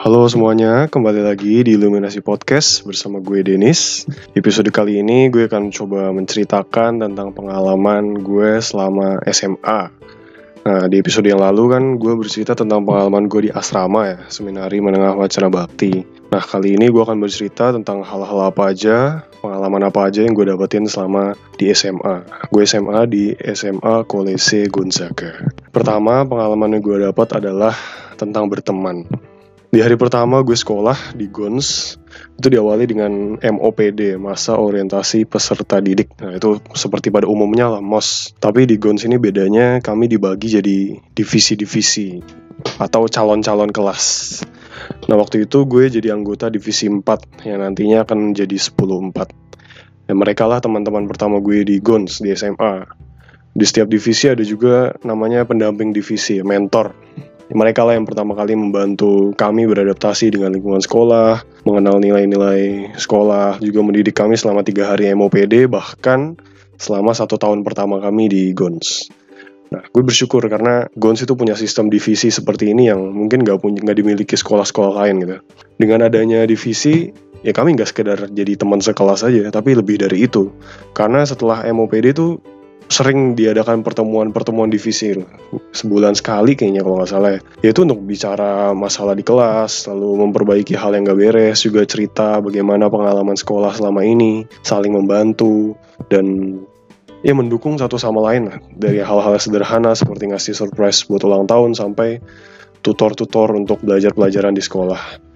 Halo semuanya, kembali lagi di Illuminasi Podcast bersama gue Denis. Di episode kali ini gue akan coba menceritakan tentang pengalaman gue selama SMA. Nah, di episode yang lalu kan gue bercerita tentang pengalaman gue di asrama ya, Seminari Menengah Wacana Bakti. Nah, kali ini gue akan bercerita tentang hal-hal apa aja, pengalaman apa aja yang gue dapetin selama di SMA. Gue SMA di SMA Kolese Gonzaga. Pertama, pengalaman yang gue dapat adalah tentang berteman. Di hari pertama gue sekolah di GONS, itu diawali dengan MOPD, Masa Orientasi Peserta Didik. Nah, itu seperti pada umumnya lah, MOS. Tapi di GONS ini bedanya kami dibagi jadi divisi-divisi atau calon-calon kelas. Nah, waktu itu gue jadi anggota divisi 4 yang nantinya akan jadi 10-4. Dan mereka lah teman-teman pertama gue di GONS, di SMA. Di setiap divisi ada juga namanya pendamping divisi, mentor. Mereka lah yang pertama kali membantu kami beradaptasi dengan lingkungan sekolah, mengenal nilai-nilai sekolah, juga mendidik kami selama 3 hari MOPD, bahkan selama 1 tahun pertama kami di GONS. Nah, gue bersyukur karena GONS itu punya sistem divisi seperti ini yang mungkin nggak dimiliki sekolah-sekolah lain gitu. Dengan adanya divisi, ya kami nggak sekedar jadi teman sekelas aja, tapi lebih dari itu. Karena setelah MOPD tuh sering diadakan pertemuan divisi sebulan sekali kayaknya kalau nggak salah ya. Yaitu untuk bicara masalah di kelas, lalu memperbaiki hal yang nggak beres, juga cerita bagaimana pengalaman sekolah selama ini, saling membantu, dan ya mendukung satu sama lain lah. Dari hal-hal sederhana seperti ngasih surprise buat ulang tahun sampai tutor-tutor untuk belajar pelajaran di sekolah.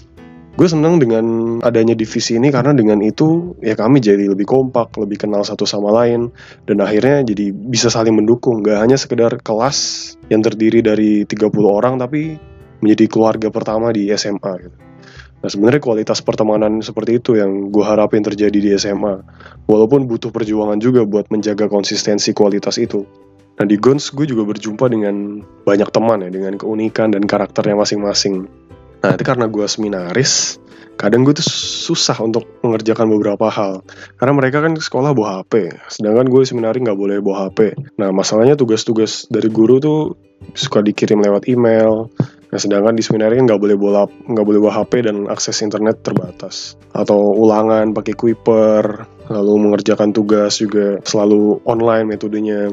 Gue senang dengan adanya divisi ini karena dengan itu ya kami jadi lebih kompak, lebih kenal satu sama lain, dan akhirnya jadi bisa saling mendukung. Gak hanya sekedar kelas yang terdiri dari 30 orang tapi menjadi keluarga pertama di SMA gitu. Nah, sebenarnya kualitas pertemanan seperti itu yang gue harapin terjadi di SMA, walaupun butuh perjuangan juga buat menjaga konsistensi kualitas itu. Nah, di GONS gue juga berjumpa dengan banyak teman ya, dengan keunikan dan karakternya masing-masing. Nah, itu karena gue seminaris, kadang gue tuh susah untuk mengerjakan beberapa hal. Karena mereka kan sekolah bawa HP, sedangkan gue seminari nggak boleh bawa HP. Nah, masalahnya tugas-tugas dari guru tuh suka dikirim lewat email. Nah, sedangkan di seminari kan nggak boleh bawa HP dan akses internet terbatas. Atau ulangan pakai Kuiper, lalu mengerjakan tugas juga selalu online metodenya.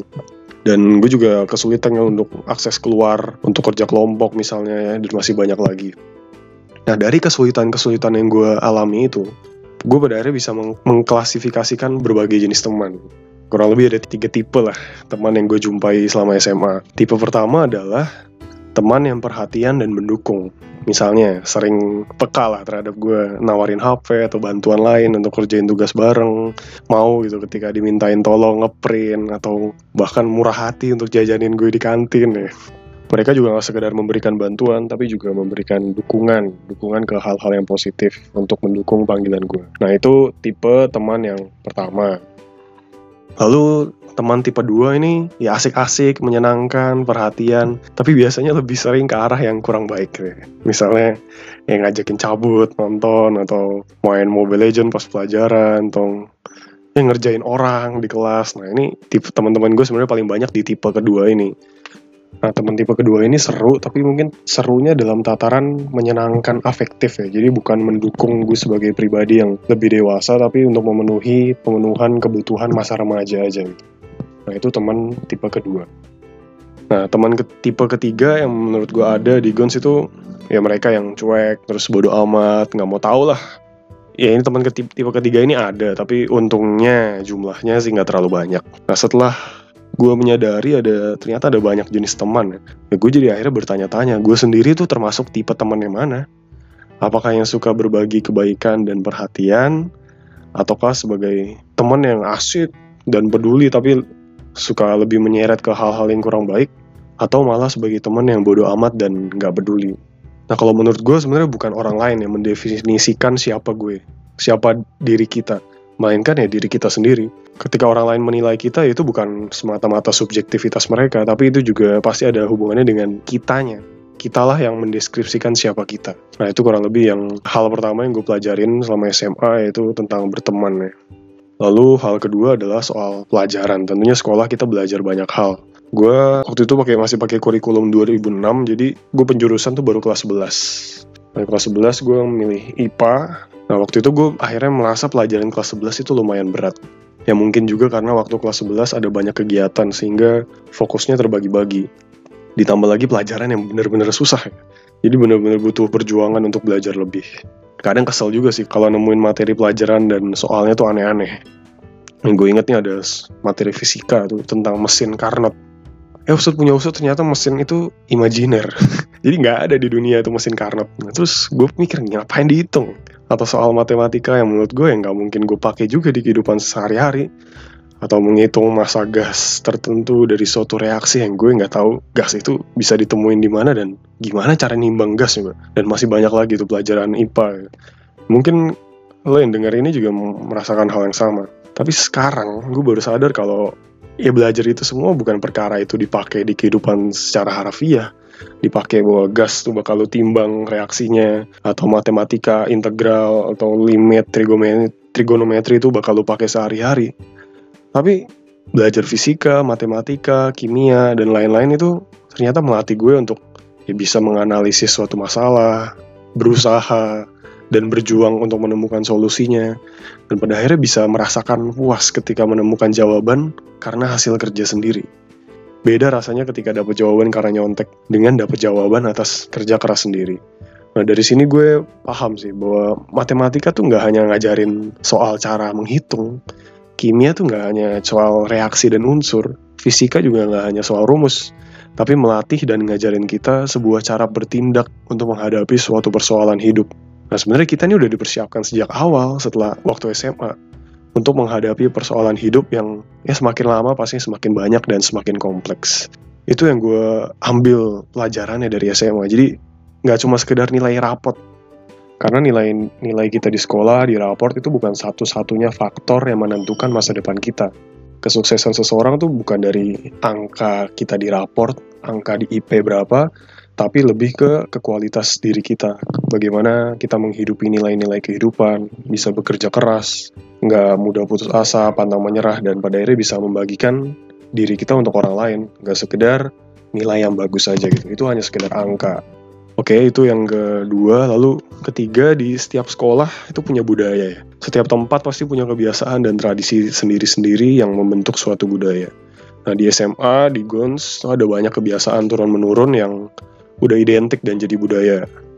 Dan gue juga kesulitan untuk akses keluar untuk kerja kelompok misalnya ya, dan masih banyak lagi. Nah, dari kesulitan-kesulitan yang gue alami itu, gue pada akhirnya bisa mengklasifikasikan berbagai jenis teman. Kurang lebih ada 3 tipe lah teman yang gue jumpai selama SMA. Tipe pertama adalah teman yang perhatian dan mendukung. Misalnya sering peka lah terhadap gue, nawarin HP atau bantuan lain untuk kerjain tugas bareng, mau gitu ketika dimintain tolong ngeprint, atau bahkan murah hati untuk jajanin gue di kantin ya. Mereka juga gak sekedar memberikan bantuan, tapi juga memberikan dukungan ke hal-hal yang positif untuk mendukung panggilan gue. Nah, itu tipe teman yang pertama. Lalu teman tipe 2 ini ya asik-asik, menyenangkan, perhatian, tapi biasanya lebih sering ke arah yang kurang baik ya. Misalnya yang ngajakin cabut, nonton, atau main Mobile Legends pas pelajaran, atau yang ngerjain orang di kelas. Nah, ini tipe teman-teman gue sebenarnya paling banyak di tipe kedua ini. Nah, teman tipe kedua ini seru, tapi mungkin serunya dalam tataran menyenangkan, afektif ya. Jadi bukan mendukung gue sebagai pribadi yang lebih dewasa, tapi untuk pemenuhan kebutuhan masa remaja aja gitu. Nah, itu teman tipe kedua. Nah, teman tipe ketiga yang menurut gue ada di GONS itu ya mereka yang cuek, terus bodo amat, gak mau tahu lah. Ya, ini teman tipe ketiga ini ada, tapi untungnya jumlahnya sih gak terlalu banyak. Nah, setelah gue menyadari ternyata ada banyak jenis teman ya, gue jadi akhirnya bertanya-tanya, gue sendiri tuh termasuk tipe teman yang mana? Apakah yang suka berbagi kebaikan dan perhatian, ataukah sebagai teman yang asik dan peduli tapi suka lebih menyeret ke hal-hal yang kurang baik, atau malah sebagai teman yang bodoh amat dan gak peduli? Nah, kalau menurut gue sebenarnya bukan orang lain yang mendefinisikan siapa diri kita, melainkan ya diri kita sendiri. Ketika orang lain menilai kita, itu bukan semata-mata subjektivitas mereka, tapi itu juga pasti ada hubungannya dengan kitanya. Kitalah yang mendeskripsikan siapa kita. Nah, itu kurang lebih yang hal pertama yang gue pelajarin selama SMA, yaitu tentang berteman ya. Lalu hal kedua adalah soal pelajaran. Tentunya sekolah kita belajar banyak hal. Gue waktu itu masih pakai kurikulum 2006, jadi gue penjurusan tuh baru kelas 11. Nah, kelas 11 gue milih IPA. Nah, waktu itu gue akhirnya merasa pelajaran kelas 11 itu lumayan berat. Ya mungkin juga karena waktu kelas 11 ada banyak kegiatan sehingga fokusnya terbagi-bagi. Ditambah lagi pelajaran yang benar-benar susah ya. Jadi benar-benar butuh perjuangan untuk belajar lebih. Kadang kesel juga sih kalau nemuin materi pelajaran dan soalnya tuh aneh-aneh. Yang gue inget nih ada materi fisika tuh tentang mesin Carnot. Ustadz punya Ustadz ternyata mesin itu imajiner. Jadi nggak ada di dunia itu mesin Carnot. Nah, terus gue mikir ngapain dihitung? Atau soal matematika yang menurut gue yang nggak mungkin gue pakai juga di kehidupan sehari-hari. Atau menghitung massa gas tertentu dari suatu reaksi yang gue nggak tahu gas itu bisa ditemuin di mana dan gimana cara nimbang gas juga. Dan masih banyak lagi tuh pelajaran IPA. Mungkin lo yang denger ini juga merasakan hal yang sama. Tapi sekarang gue baru sadar kalau ya belajar itu semua bukan perkara itu dipakai di kehidupan secara harfiah. Dipakai bahwa gas tuh bakal lo timbang reaksinya, atau matematika, integral, atau limit, trigonometri itu bakal lo pakai sehari-hari. Tapi belajar fisika, matematika, kimia, dan lain-lain itu ternyata melatih gue untuk ya bisa menganalisis suatu masalah, berusaha, dan berjuang untuk menemukan solusinya. Dan pada akhirnya bisa merasakan puas ketika menemukan jawaban karena hasil kerja sendiri. Beda rasanya ketika dapat jawaban karena nyontek dengan dapat jawaban atas kerja keras sendiri. Nah dari sini gue paham sih bahwa matematika tuh nggak hanya ngajarin soal cara menghitung. Kimia tuh nggak hanya soal reaksi dan unsur. Fisika juga nggak hanya soal rumus. Tapi melatih dan ngajarin kita sebuah cara bertindak untuk menghadapi suatu persoalan hidup. Nah sebenarnya kita ini udah dipersiapkan sejak awal setelah waktu SMA untuk menghadapi persoalan hidup yang ya semakin lama pasti semakin banyak dan semakin kompleks. Itu yang gue ambil pelajarannya dari SMA. Jadi nggak cuma sekedar nilai rapot. Karena nilai kita di sekolah, di raport itu bukan satu-satunya faktor yang menentukan masa depan kita. Kesuksesan seseorang tuh bukan dari angka kita di raport, angka di IP berapa, tapi lebih ke kualitas diri kita. Bagaimana kita menghidupi nilai-nilai kehidupan, bisa bekerja keras, nggak mudah putus asa, pantang menyerah, dan pada akhirnya bisa membagikan diri kita untuk orang lain. Nggak sekedar nilai yang bagus saja gitu, itu hanya sekedar angka. Oke, itu yang kedua. Lalu ketiga, di setiap sekolah itu punya budaya ya. Setiap tempat pasti punya kebiasaan dan tradisi sendiri-sendiri yang membentuk suatu budaya. Nah di SMA, di GONS, ada banyak kebiasaan turun-menurun yang udah identik dan jadi budaya.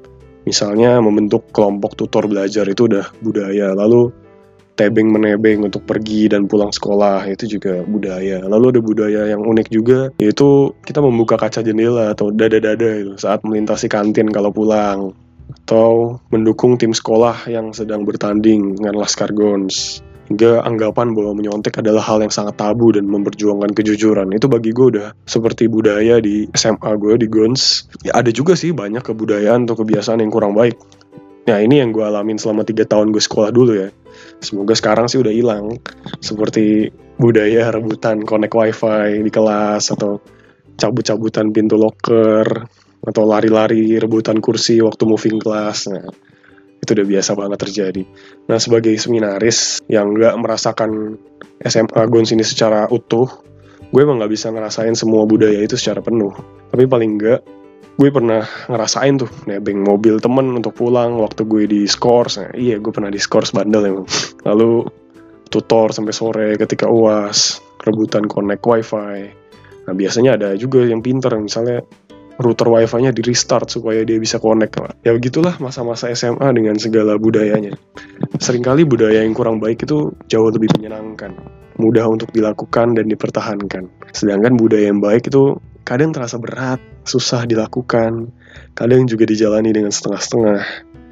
Misalnya membentuk kelompok tutor belajar itu udah budaya. Lalu tebeng-menebeng untuk pergi dan pulang sekolah itu juga budaya. Lalu ada budaya yang unik juga, yaitu kita membuka kaca jendela atau dada-dada itu saat melintasi kantin kalau pulang. Atau mendukung tim sekolah yang sedang bertanding dengan Laskar GONS. Hingga anggapan bahwa menyontek adalah hal yang sangat tabu dan memperjuangkan kejujuran. Itu bagi gue udah seperti budaya di SMA gue, di GONS. Ya ada juga sih banyak kebudayaan atau kebiasaan yang kurang baik. Nah ini yang gue alamin selama 3 tahun gue sekolah dulu ya. Semoga sekarang sih udah hilang. Seperti budaya rebutan connect wifi di kelas, atau cabut-cabutan pintu locker, atau lari-lari rebutan kursi waktu moving class. Nah itu udah biasa banget terjadi. Nah sebagai seminaris yang gak merasakan SMA GONS ini secara utuh, gue emang gak bisa ngerasain semua budaya itu secara penuh. Tapi paling enggak gue pernah ngerasain tuh nebeng mobil temen untuk pulang waktu gue di skors. Nah, iya gue pernah di skors bandel emang. Lalu tutor sampai sore ketika UAS, rebutan connect wifi. Nah biasanya ada juga yang pinter, misalnya router wifi-nya di restart supaya dia bisa connect. Ya begitulah masa-masa SMA dengan segala budayanya. Seringkali budaya yang kurang baik itu jauh lebih menyenangkan, mudah untuk dilakukan dan dipertahankan. Sedangkan budaya yang baik itu kadang terasa berat, susah dilakukan, kadang juga dijalani dengan setengah-setengah.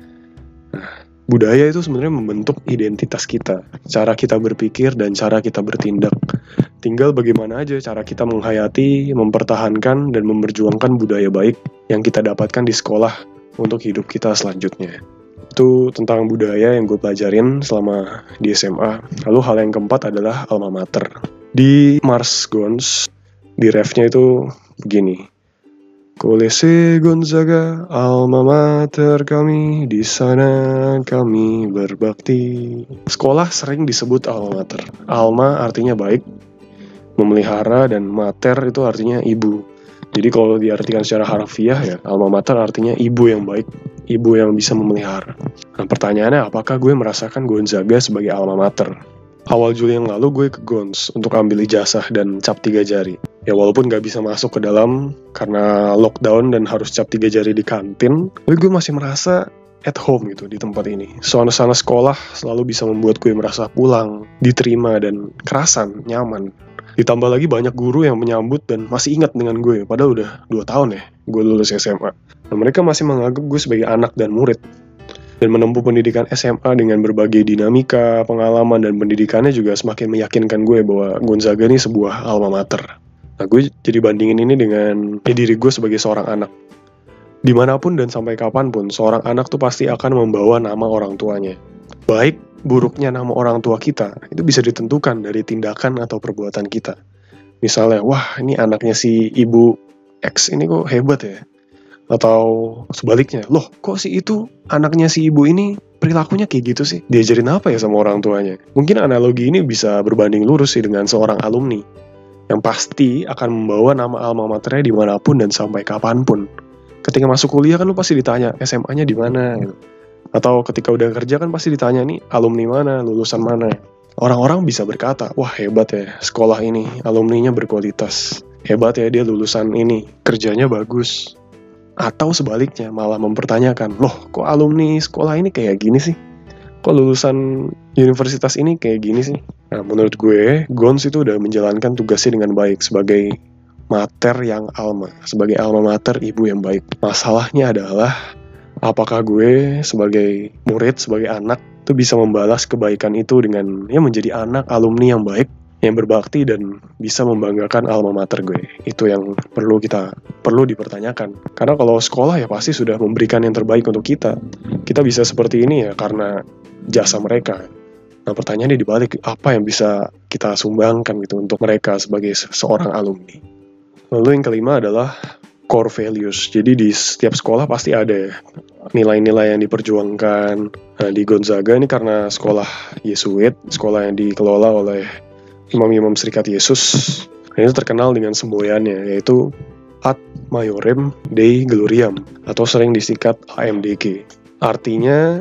Nah, budaya itu sebenarnya membentuk identitas kita, cara kita berpikir dan cara kita bertindak. Tinggal bagaimana aja cara kita menghayati, mempertahankan, dan memperjuangkan budaya baik yang kita dapatkan di sekolah untuk hidup kita selanjutnya. Itu tentang budaya yang gue pelajarin selama di SMA. Lalu hal yang keempat adalah alma mater. Di Mars GONS, di refnya itu begini. College Gonzaga, alma mater kami, di sana kami berbakti. Sekolah sering disebut alma mater. Alma artinya baik, memelihara, dan mater itu artinya ibu. Jadi kalau diartikan secara harfiah ya, alma mater artinya ibu yang baik, ibu yang bisa memelihara. Nah, pertanyaannya, apakah gue merasakan Gonzaga sebagai alma mater? Awal Juli yang lalu gue ke Gons untuk ambil ijazah dan cap 3 jari. Ya walaupun gak bisa masuk ke dalam karena lockdown dan harus cap 3 jari di kantin, tapi gue masih merasa at home gitu di tempat ini. Suasana sekolah selalu bisa membuat gue merasa pulang, diterima, dan kerasan, nyaman. Ditambah lagi banyak guru yang menyambut dan masih ingat dengan gue, padahal udah 2 tahun ya gue lulus SMA. Nah, mereka masih menganggap gue sebagai anak dan murid. Dan menempuh pendidikan SMA dengan berbagai dinamika, pengalaman, dan pendidikannya juga semakin meyakinkan gue bahwa Gonzaga ini sebuah alma mater. Nah, gue jadi bandingin ini dengan diri gue sebagai seorang anak. Dimanapun dan sampai kapanpun, seorang anak tuh pasti akan membawa nama orang tuanya. Baik buruknya nama orang tua kita, itu bisa ditentukan dari tindakan atau perbuatan kita. Misalnya, wah ini anaknya si ibu X ini kok hebat ya. Atau sebaliknya, loh kok si itu anaknya si ibu ini perilakunya kayak gitu sih? Diajarin apa ya sama orang tuanya? Mungkin analogi ini bisa berbanding lurus sih dengan seorang alumni, yang pasti akan membawa nama alma maternya dimanapun dan sampai kapanpun. Ketika masuk kuliah kan lu pasti ditanya SMA-nya di mana gitu. Atau ketika udah kerja kan pasti ditanya nih alumni mana, lulusan mana. Orang-orang bisa berkata, wah hebat ya sekolah ini, alumninya berkualitas. Hebat ya dia lulusan ini, kerjanya bagus. Atau sebaliknya malah mempertanyakan, loh kok alumni sekolah ini kayak gini sih? Kok lulusan universitas ini kayak gini sih? Nah menurut gue, Gons itu udah menjalankan tugasnya dengan baik sebagai mater yang alma, sebagai alma mater ibu yang baik. Masalahnya adalah apakah gue sebagai murid, sebagai anak tuh bisa membalas kebaikan itu dengan ya menjadi anak alumni yang baik, yang berbakti dan bisa membanggakan alma mater gue. Itu yang perlu dipertanyakan. Karena kalau sekolah ya pasti sudah memberikan yang terbaik untuk kita. Kita bisa seperti ini ya karena jasa mereka. Nah pertanyaannya dibalik, apa yang bisa kita sumbangkan gitu untuk mereka sebagai seorang alumni. Lalu yang kelima adalah core values. Jadi di setiap sekolah pasti ada nilai-nilai yang diperjuangkan. Nah, di Gonzaga ini karena sekolah Yesuit, sekolah yang dikelola oleh imam-imam Serikat Yesus, ini terkenal dengan semboyannya, yaitu Ad Maiorem Dei Gloriam, atau sering disingkat AMDG. Artinya,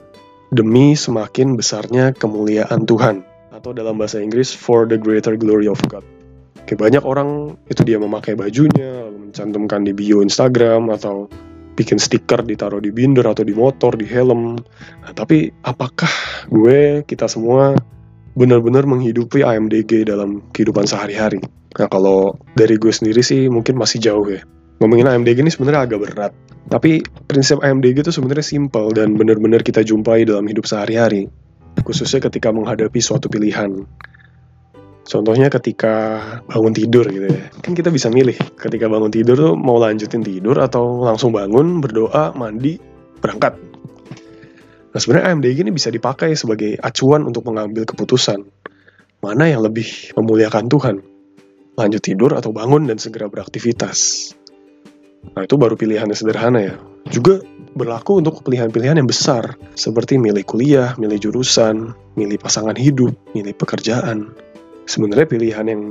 demi semakin besarnya kemuliaan Tuhan, atau dalam bahasa Inggris, for the greater glory of God. Kayak banyak orang itu dia memakai bajunya, lalu mencantumkan di bio Instagram, atau bikin stiker ditaruh di binder atau di motor, di helm. Nah, tapi apakah kita semua benar-benar menghidupi AMDG dalam kehidupan sehari-hari? Nah kalau dari gue sendiri sih mungkin masih jauh ya. Ngomongin AMDG ini sebenarnya agak berat. Tapi prinsip AMDG itu sebenarnya simpel dan benar-benar kita jumpai dalam hidup sehari-hari. Khususnya ketika menghadapi suatu pilihan. Contohnya ketika bangun tidur gitu ya. Kan kita bisa milih ketika bangun tidur tuh mau lanjutin tidur atau langsung bangun, berdoa, mandi, berangkat. Nah sebenarnya AMDG ini bisa dipakai sebagai acuan untuk mengambil keputusan. Mana yang lebih memuliakan Tuhan? Lanjut tidur atau bangun dan segera beraktivitas? Nah itu baru pilihannya sederhana ya. Juga berlaku untuk pilihan-pilihan yang besar. Seperti milih kuliah, milih jurusan, milih pasangan hidup, milih pekerjaan. Sebenarnya pilihan yang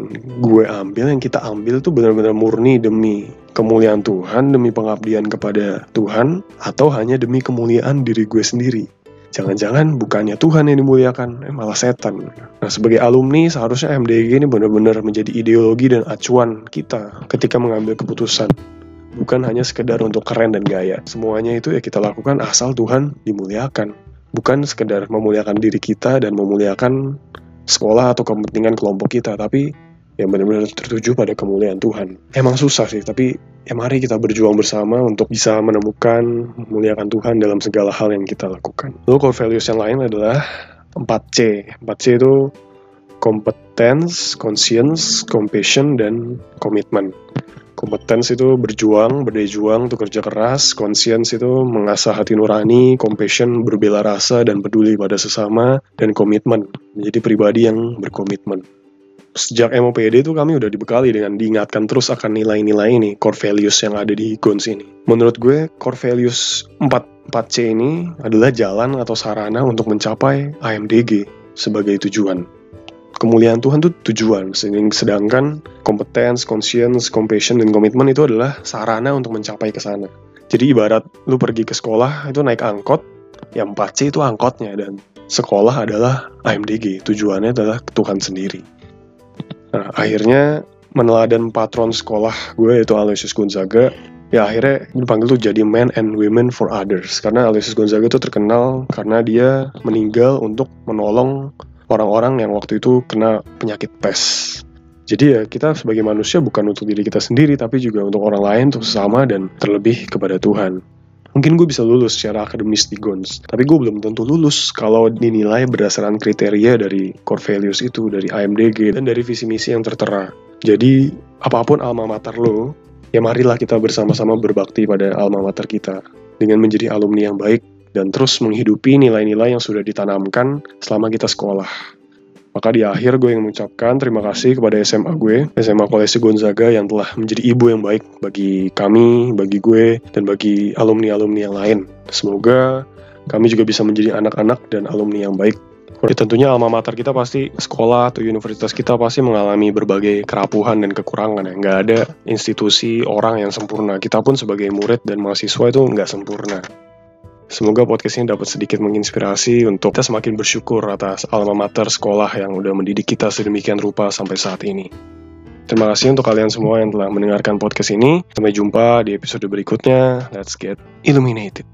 kita ambil tuh benar-benar murni demi kemuliaan Tuhan, demi pengabdian kepada Tuhan, atau hanya demi kemuliaan diri gue sendiri. Jangan-jangan bukannya Tuhan yang dimuliakan, malah setan. Nah, sebagai alumni seharusnya AMDG ini benar-benar menjadi ideologi dan acuan kita ketika mengambil keputusan. Bukan hanya sekedar untuk keren dan gaya. Semuanya itu ya kita lakukan asal Tuhan dimuliakan. Bukan sekedar memuliakan diri kita dan memuliakan sekolah atau kepentingan kelompok kita, tapi yang benar-benar tertuju pada kemuliaan Tuhan. Emang susah sih, tapi ya mari kita berjuang bersama untuk bisa menemukan memuliakan Tuhan dalam segala hal yang kita lakukan. Lalu core values yang lain adalah 4C. 4C itu competence, conscience, compassion, dan commitment. Competence itu berjuang, berdaya juang untuk kerja keras. Conscience itu mengasah hati nurani. Compassion berbela rasa dan peduli pada sesama. Dan komitmen, menjadi pribadi yang berkomitmen. Sejak MOPD itu kami udah dibekali dengan diingatkan terus akan nilai-nilai ini, core values yang ada di Gons ini. Menurut gue, core values 4C ini adalah jalan atau sarana untuk mencapai AMDG sebagai tujuan. kemuliaan Tuhan tuh tujuan, sedangkan competence, conscience, compassion, dan komitmen itu adalah sarana untuk mencapai ke sana. Jadi ibarat lu pergi ke sekolah itu naik angkot, yang 4C itu angkotnya, dan sekolah adalah AMDG, tujuannya adalah Tuhan sendiri. Nah, akhirnya meneladan patron sekolah gue yaitu Aloysius Gonzaga, ya akhirnya dipanggil tuh jadi men and women for others, karena Aloysius Gonzaga tuh terkenal karena dia meninggal untuk menolong orang-orang yang waktu itu kena penyakit pes. Jadi ya kita sebagai manusia bukan untuk diri kita sendiri, tapi juga untuk orang lain, untuk sesama, dan terlebih kepada Tuhan. Mungkin gue bisa lulus secara akademis di GONS, tapi gue belum tentu lulus kalau dinilai berdasarkan kriteria dari core values itu, dari AMDG, dan dari visi misi yang tertera. Jadi apapun alma mater lo, ya marilah kita bersama-sama berbakti pada alma mater kita dengan menjadi alumni yang baik dan terus menghidupi nilai-nilai yang sudah ditanamkan selama kita sekolah. Maka di akhir gue yang mengucapkan terima kasih kepada SMA gue, SMA Kolese Gonzaga, yang telah menjadi ibu yang baik bagi kami, bagi gue, dan bagi alumni-alumni yang lain. Semoga kami juga bisa menjadi anak-anak dan alumni yang baik. Ya, tentunya alma mater kita pasti, sekolah atau universitas kita pasti mengalami berbagai kerapuhan dan kekurangan. Ya. Nggak ada institusi orang yang sempurna. Kita pun sebagai murid dan mahasiswa itu nggak sempurna. Semoga podcast ini dapat sedikit menginspirasi untuk kita semakin bersyukur atas alma mater sekolah yang udah mendidik kita sedemikian rupa sampai saat ini. Terima kasih untuk kalian semua yang telah mendengarkan podcast ini. Sampai jumpa di episode berikutnya. Let's get illuminated.